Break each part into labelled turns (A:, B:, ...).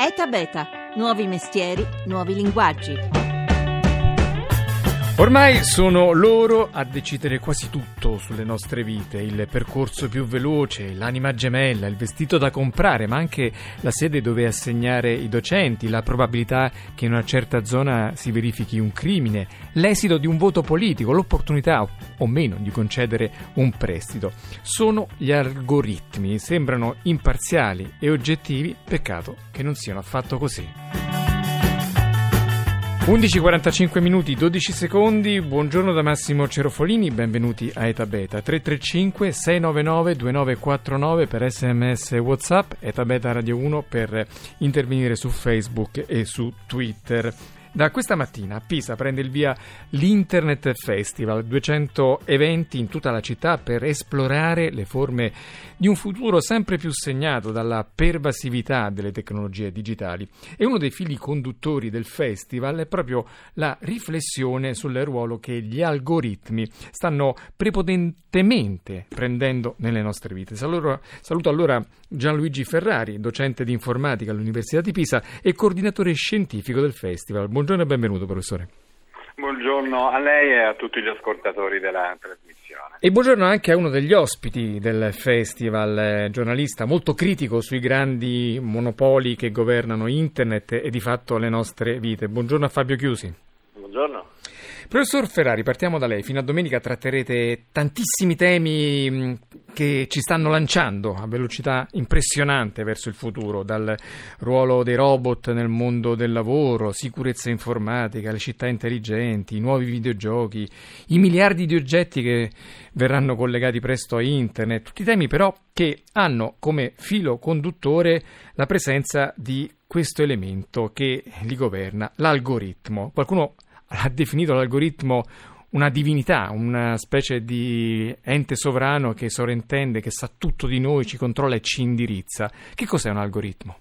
A: ETA Beta, nuovi mestieri, nuovi linguaggi.
B: Ormai sono loro a decidere quasi tutto sulle nostre vite, il percorso più veloce, l'anima gemella, il vestito da comprare, ma anche la sede dove assegnare i docenti, la probabilità che in una certa zona si verifichi un crimine, l'esito di un voto politico, l'opportunità o meno di concedere un prestito. Sono gli algoritmi, sembrano imparziali e oggettivi, peccato che non siano affatto così. 11:45 minuti, 12 secondi, buongiorno da Massimo Cerofolini, benvenuti a ETA Beta. 335 699 2949 per SMS e WhatsApp, ETA Beta Radio 1 per intervenire su Facebook e su Twitter. Da questa mattina a Pisa prende il via l'Internet Festival, 200 eventi in tutta la città per esplorare le forme di un futuro sempre più segnato dalla pervasività delle tecnologie digitali. E uno dei fili conduttori del festival è proprio la riflessione sul ruolo che gli algoritmi stanno prepotentemente prendendo nelle nostre vite. Saluto allora Gianluigi Ferrari, docente di informatica all'Università di Pisa e coordinatore scientifico del festival. Buongiorno e benvenuto, professore.
C: Buongiorno a lei e a tutti gli ascoltatori della trasmissione.
B: E buongiorno anche a uno degli ospiti del festival, giornalista molto critico sui grandi monopoli che governano internet e di fatto le nostre vite. Buongiorno a Fabio Chiusi.
C: Buongiorno.
B: Professor Ferrari, partiamo da lei. Fino a domenica tratterete tantissimi temi che ci stanno lanciando a velocità impressionante verso il futuro, dal ruolo dei robot nel mondo del lavoro, sicurezza informatica, le città intelligenti, i nuovi videogiochi, i miliardi di oggetti che verranno collegati presto a internet, tutti temi però che hanno come filo conduttore la presenza di questo elemento che li governa, l'algoritmo. Qualcuno ha definito l'algoritmo una divinità, una specie di ente sovrano che sovrintende, che sa tutto di noi, ci controlla e ci indirizza. Che cos'è un algoritmo?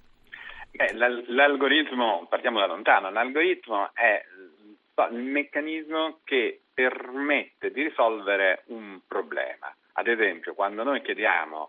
C: L'algoritmo, partiamo da lontano, l'algoritmo è il meccanismo che permette di risolvere un problema. Ad esempio, quando noi chiediamo,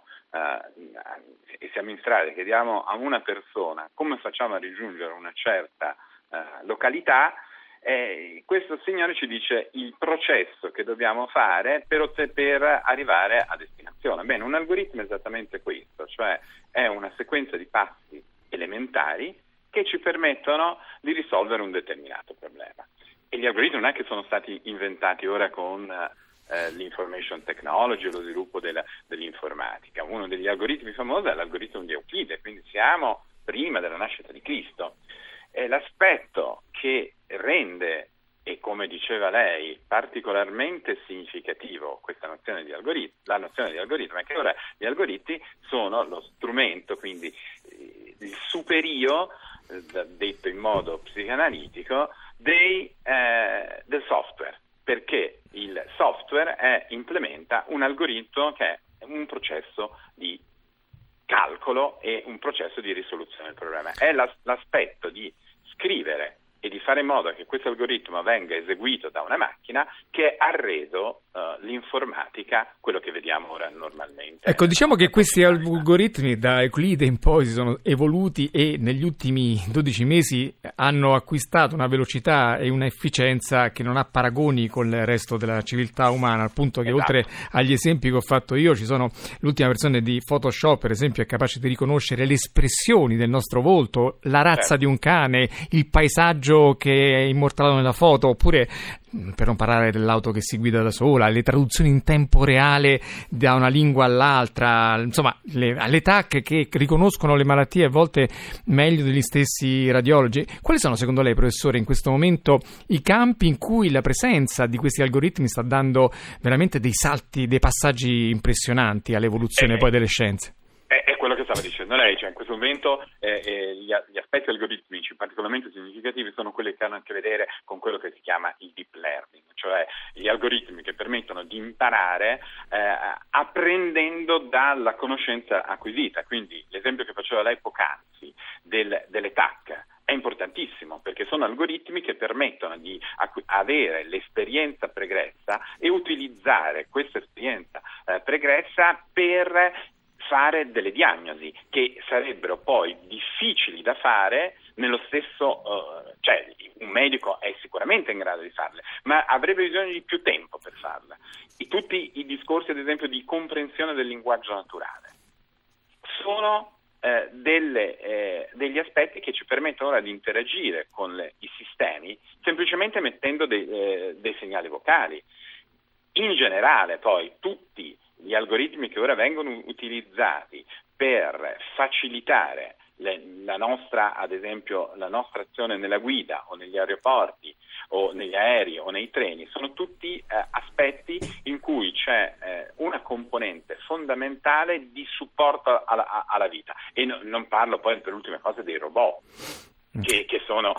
C: e siamo in strada, chiediamo a una persona come facciamo a raggiungere una certa località, questo signore ci dice il processo che dobbiamo fare per arrivare a destinazione. Bene, un algoritmo è esattamente questo, cioè è una sequenza di passi elementari che ci permettono di risolvere un determinato problema. E gli algoritmi non è che sono stati inventati ora con l'information technology, lo sviluppo dell'informatica. Uno degli algoritmi famosi è l'algoritmo di Euclide, quindi siamo prima della nascita di Cristo. L'aspetto che rende, e come diceva lei, particolarmente significativo questa nozione di algoritmo, la nozione di algoritmo è che ora gli algoritmi sono lo strumento, quindi il superio, detto in modo psicanalitico, del software, perché il software implementa un algoritmo che è un processo di calcolo e un processo di risoluzione del problema. È l'aspetto di scrivere e di fare in modo che questo algoritmo venga eseguito da una macchina che ha reso l'informatica quello che vediamo ora normalmente.
B: Ecco, diciamo che questi algoritmi da Euclide in poi si sono evoluti e negli ultimi 12 mesi hanno acquistato una velocità e un'efficienza che non ha paragoni con il resto della civiltà umana, al punto che oltre agli esempi che ho fatto io ci sono l'ultima versione di Photoshop, per esempio, è capace di riconoscere le espressioni del nostro volto, la razza di un cane, il paesaggio che è immortalato nella foto, oppure, per non parlare dell'auto che si guida da sola, le traduzioni in tempo reale da una lingua all'altra, insomma, le TAC che riconoscono le malattie a volte meglio degli stessi radiologi. Quali sono, secondo lei, professore, in questo momento i campi in cui la presenza di questi algoritmi sta dando veramente dei salti, dei passaggi impressionanti all'evoluzione poi delle scienze?
C: È quello che stava dicendo lei, cioè in questo momento gli aspetti algoritmici particolarmente significativi sono quelli che hanno a che vedere con quello che si chiama il deep learning, cioè gli algoritmi che permettono di imparare apprendendo dalla conoscenza acquisita. Quindi l'esempio che faceva lei poc'anzi delle TAC è importantissimo, perché sono algoritmi che permettono di avere l'esperienza pregressa e utilizzare questa esperienza pregressa per fare delle diagnosi che sarebbero poi difficili da fare nello stesso, cioè un medico è sicuramente in grado di farle, ma avrebbe bisogno di più tempo per farle. E tutti i discorsi, ad esempio, di comprensione del linguaggio naturale sono degli aspetti che ci permettono ora di interagire con i sistemi semplicemente mettendo dei segnali vocali. In generale, poi, tutti gli algoritmi che ora vengono utilizzati per facilitare la nostra, ad esempio, la nostra azione nella guida o negli aeroporti o negli aerei o nei treni, sono tutti aspetti in cui c'è una componente fondamentale di supporto alla vita. E non parlo poi, per ultime cose, dei robot. Che sono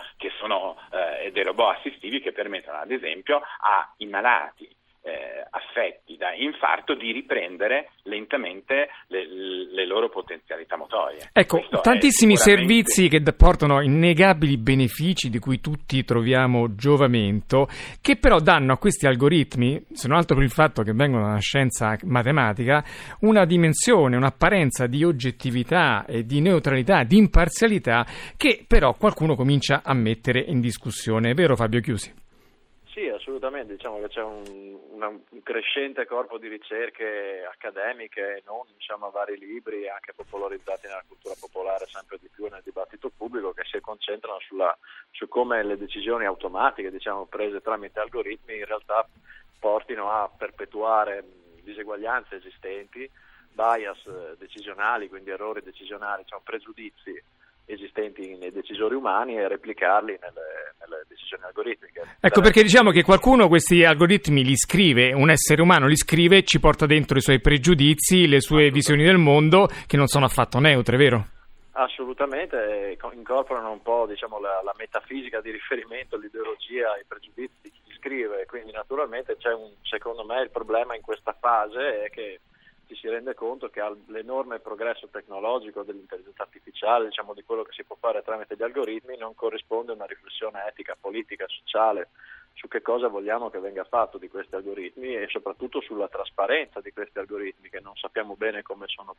C: dei robot assistivi che permettono, ad esempio, ai malati affetti da infarto di riprendere lentamente le loro potenzialità motorie.
B: Ecco,
C: Questo
B: tantissimi
C: sicuramente...
B: servizi che portano innegabili benefici di cui tutti troviamo giovamento, che però danno a questi algoritmi, se non altro per il fatto che vengono dalla scienza matematica, una dimensione, un'apparenza di oggettività e di neutralità, di imparzialità, che però qualcuno comincia a mettere in discussione. È vero, Fabio Chiusi?
D: Sì, assolutamente, diciamo che c'è un crescente corpo di ricerche accademiche, non vari libri anche popolarizzati nella cultura popolare sempre di più nel dibattito pubblico, che si concentrano su come le decisioni automatiche, prese tramite algoritmi, in realtà portino a perpetuare diseguaglianze esistenti, bias decisionali, quindi errori decisionali, pregiudizi esistenti nei decisori umani e replicarli nelle decisioni algoritmiche.
B: Ecco perché diciamo che qualcuno questi algoritmi li scrive, un essere umano li scrive, ci porta dentro i suoi pregiudizi, le sue visioni del mondo che non sono affatto neutre, vero?
D: Assolutamente, incorporano un po' la metafisica di riferimento, l'ideologia, i pregiudizi di chi scrive, quindi naturalmente secondo me il problema in questa fase è che ci si rende conto che all'enorme progresso tecnologico dell'intelligenza artificiale, di quello che si può fare tramite gli algoritmi, non corrisponde una riflessione etica, politica, sociale su che cosa vogliamo che venga fatto di questi algoritmi e soprattutto sulla trasparenza di questi algoritmi, che non sappiamo bene come sono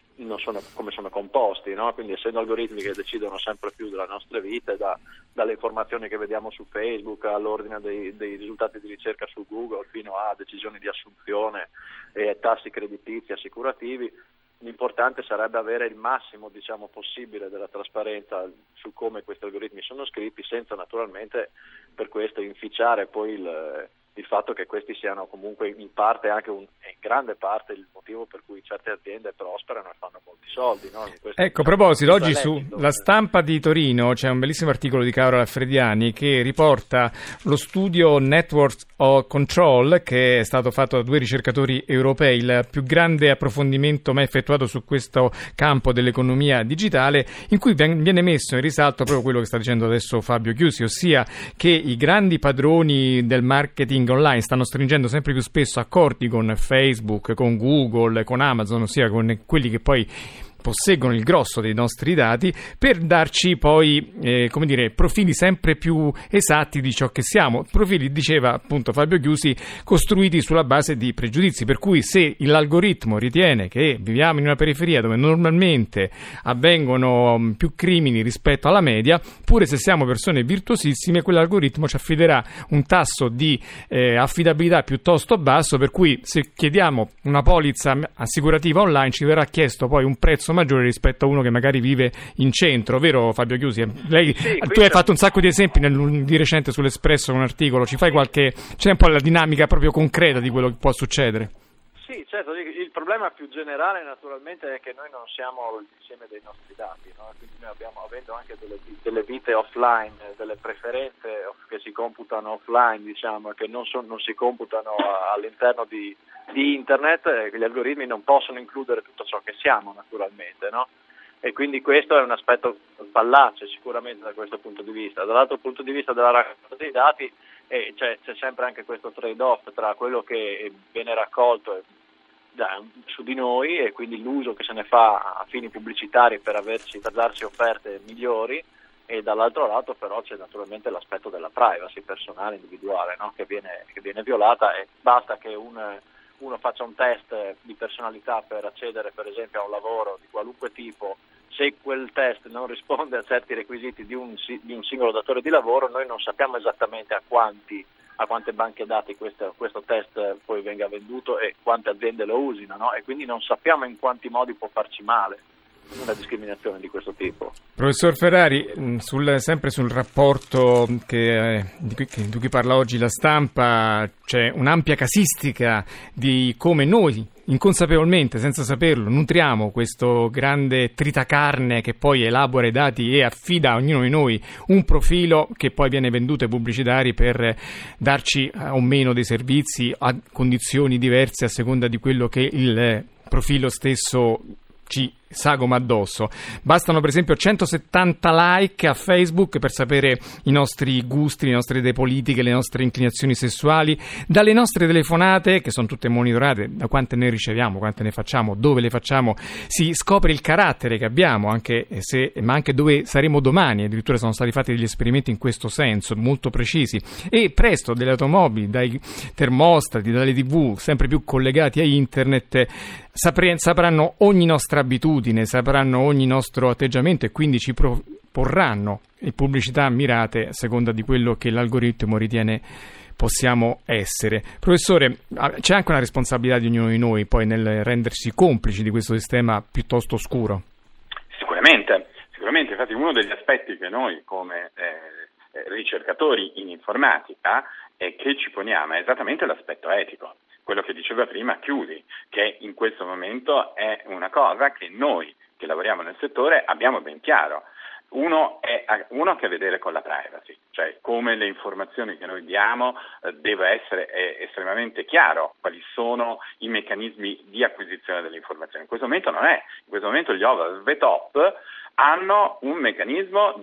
D: composti, no? Quindi essendo algoritmi che decidono sempre più della nostra vita, dalle informazioni che vediamo su Facebook all'ordine dei risultati di ricerca su Google fino a decisioni di assunzione e tassi creditizi assicurativi, l'importante sarebbe avere il massimo possibile della trasparenza su come questi algoritmi sono scritti, senza naturalmente per questo inficiare poi il fatto che questi siano comunque in parte anche in grande parte il motivo per cui certe aziende prosperano e fanno molti soldi, no?
B: Ecco, a proposito, oggi sulla Stampa di Torino c'è un bellissimo articolo di Carola Affrediani che riporta lo studio Network of Control che è stato fatto da 2 ricercatori europei, il più grande approfondimento mai effettuato su questo campo dell'economia digitale, in cui viene messo in risalto proprio quello che sta dicendo adesso Fabio Chiusi, ossia che i grandi padroni del marketing online stanno stringendo sempre più spesso accordi con Facebook, con Google, con Amazon, ossia con quelli che poi posseggono il grosso dei nostri dati per darci poi profili sempre più esatti di ciò che siamo, profili, diceva appunto Fabio Chiusi, costruiti sulla base di pregiudizi, per cui se l'algoritmo ritiene che viviamo in una periferia dove normalmente avvengono più crimini rispetto alla media, pure se siamo persone virtuosissime, quell'algoritmo ci affiderà un tasso di affidabilità piuttosto basso, per cui se chiediamo una polizza assicurativa online ci verrà chiesto poi un prezzo maggiore rispetto a uno che magari vive in centro, vero Fabio Chiusi? Tu hai fatto un sacco di esempi di recente sull'Espresso con un articolo, c'è un po' la dinamica proprio concreta di quello che può succedere?
D: Sì, certo, il problema più generale naturalmente è che noi non siamo l'insieme dei nostri dati, no? Quindi noi avendo anche delle vite offline, delle preferenze che si computano offline, che non si computano all'interno di internet, gli algoritmi non possono includere tutto ciò che siamo naturalmente, no? E quindi questo è un aspetto fallace sicuramente da questo punto di vista. Dall'altro punto di vista della raccolta dei dati c'è sempre anche questo trade-off tra quello che viene raccolto su di noi e quindi l'uso che se ne fa a fini pubblicitari per darci offerte migliori, e dall'altro lato però c'è naturalmente l'aspetto della privacy personale individuale, no? che viene violata, e basta che un uno faccia un test di personalità per accedere per esempio a un lavoro di qualunque tipo. Se quel test non risponde a certi requisiti di un singolo datore di lavoro, noi non sappiamo esattamente a quante banche dati questo test poi venga venduto e quante aziende lo usino, no? E quindi non sappiamo in quanti modi può farci male una discriminazione di questo tipo.
B: Professor Ferrari, sempre sul rapporto di cui parla oggi La Stampa, c'è un'ampia casistica di come noi, inconsapevolmente, senza saperlo, nutriamo questo grande tritacarne che poi elabora i dati e affida a ognuno di noi un profilo che poi viene venduto ai pubblicitari per darci o meno dei servizi a condizioni diverse a seconda di quello che il profilo stesso ci sagoma addosso. Bastano per esempio 170 like a Facebook per sapere i nostri gusti, le nostre idee politiche, le nostre inclinazioni sessuali. Dalle nostre telefonate, che sono tutte monitorate, da quante ne riceviamo, quante ne facciamo, dove le facciamo, si scopre il carattere che abbiamo, ma anche dove saremo domani. Addirittura sono stati fatti degli esperimenti in questo senso, molto precisi. E presto dalle automobili, dai termostati, dalle TV, sempre più collegati a internet, sapranno ogni nostra abitudine, sapranno ogni nostro atteggiamento e quindi ci proporranno pubblicità mirate a seconda di quello che l'algoritmo ritiene possiamo essere. Professore, c'è anche una responsabilità di ognuno di noi poi nel rendersi complici di questo sistema piuttosto oscuro?
C: Sicuramente, infatti uno degli aspetti che noi come ricercatori in informatica che ci poniamo è esattamente l'aspetto etico. Quello che diceva prima Chiusi, che in questo momento è una cosa che noi che lavoriamo nel settore abbiamo ben chiaro. Uno che ha a che vedere con la privacy, cioè come le informazioni che noi diamo deve essere estremamente chiaro quali sono i meccanismi di acquisizione delle informazioni. In questo momento non è, in questo momento gli over the top hanno un meccanismo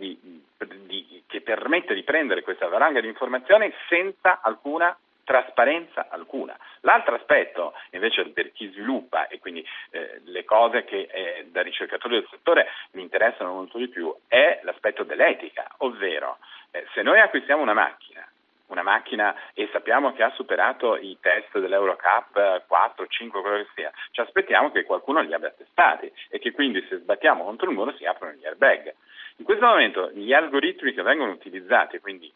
C: che permette di prendere questa valanga di informazioni senza alcuna trasparenza alcuna. L'altro aspetto invece per chi sviluppa e quindi le cose che da ricercatori del settore mi interessano molto di più è l'aspetto dell'etica, ovvero se noi acquistiamo una macchina e sappiamo che ha superato i test dell'Eurocup 4, 5, quello che sia, ci aspettiamo che qualcuno li abbia testati e che quindi se sbattiamo contro il muro si aprono gli airbag. In questo momento gli algoritmi che vengono utilizzati, quindi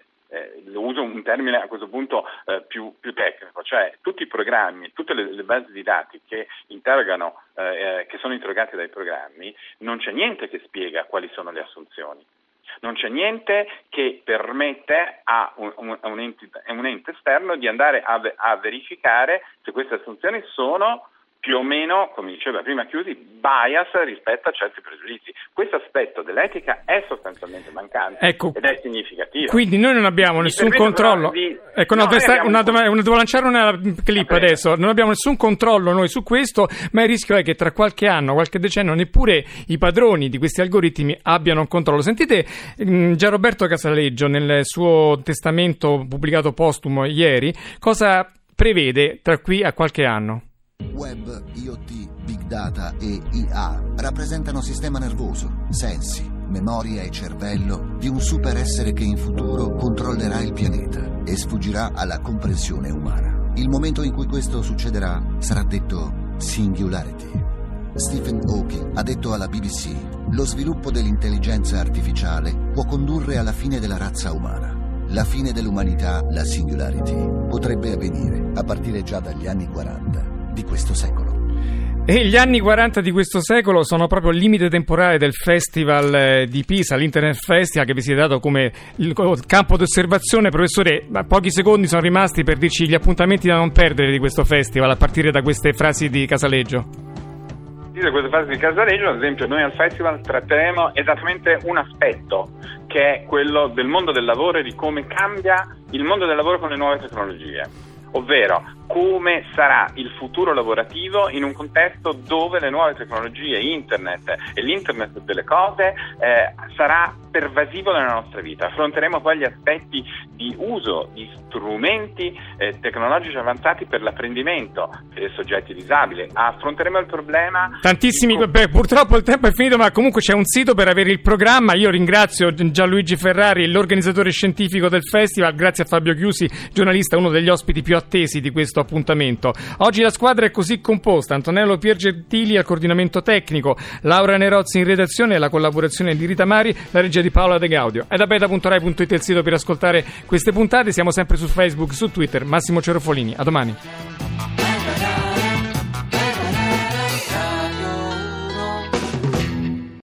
C: uso un termine a questo punto più tecnico, cioè tutti i programmi, tutte le basi di dati che interrogano, che sono interrogati dai programmi, non c'è niente che spiega quali sono le assunzioni. Non c'è niente che permette a un ente esterno di andare a verificare se queste assunzioni sono più o meno, come diceva prima Chiusi, bias rispetto a certi pregiudizi. Questo aspetto dell'etica è sostanzialmente mancante ed è significativo.
B: Quindi noi non abbiamo nessun controllo. Devo lanciare una clip adesso. Non abbiamo nessun controllo noi su questo, ma il rischio è che tra qualche anno, qualche decennio, neppure i padroni di questi algoritmi abbiano un controllo. Sentite Gianroberto Casaleggio nel suo testamento pubblicato postumo ieri, cosa prevede tra qui a qualche anno.
E: Web, IoT, Big Data e IA rappresentano sistema nervoso, sensi, memoria e cervello di un superessere che in futuro controllerà il pianeta e sfuggirà alla comprensione umana. Il momento in cui questo succederà sarà detto Singularity. Stephen Hawking ha detto alla BBC: lo sviluppo dell'intelligenza artificiale può condurre alla fine della razza umana. La fine dell'umanità, la Singularity, potrebbe avvenire a partire già dagli anni 40 di questo secolo.
B: E gli anni 40 di questo secolo sono proprio il limite temporale del Festival di Pisa, l'Internet Festival, che vi siete dato come il campo d'osservazione. Professore, pochi secondi sono rimasti per dirci gli appuntamenti da non perdere di questo festival, a partire da queste frasi di Casaleggio.
C: Da queste frasi di Casaleggio, ad esempio, noi al festival tratteremo esattamente un aspetto, che è quello del mondo del lavoro e di come cambia il mondo del lavoro con le nuove tecnologie. Ovvero come sarà il futuro lavorativo in un contesto dove le nuove tecnologie, internet e l'internet delle cose sarà pervasivo nella nostra vita. Affronteremo poi gli aspetti di uso di strumenti tecnologici avanzati per l'apprendimento dei soggetti disabili. Affronteremo il problema
B: tantissimi, purtroppo il tempo è finito, ma comunque c'è un sito per avere il programma. Io ringrazio Gianluigi Ferrari, l'organizzatore scientifico del festival, grazie a Fabio Chiusi, giornalista, uno degli ospiti più attesi di questo questo appuntamento. Oggi la squadra è così composta: Antonello Piergentili al coordinamento tecnico, Laura Nerozzi in redazione e la collaborazione di Rita Mari, la regia di Paola De Gaudio. È da beta.rai.it il sito per ascoltare queste puntate, siamo sempre su Facebook, su Twitter. Massimo Cerofolini, a domani.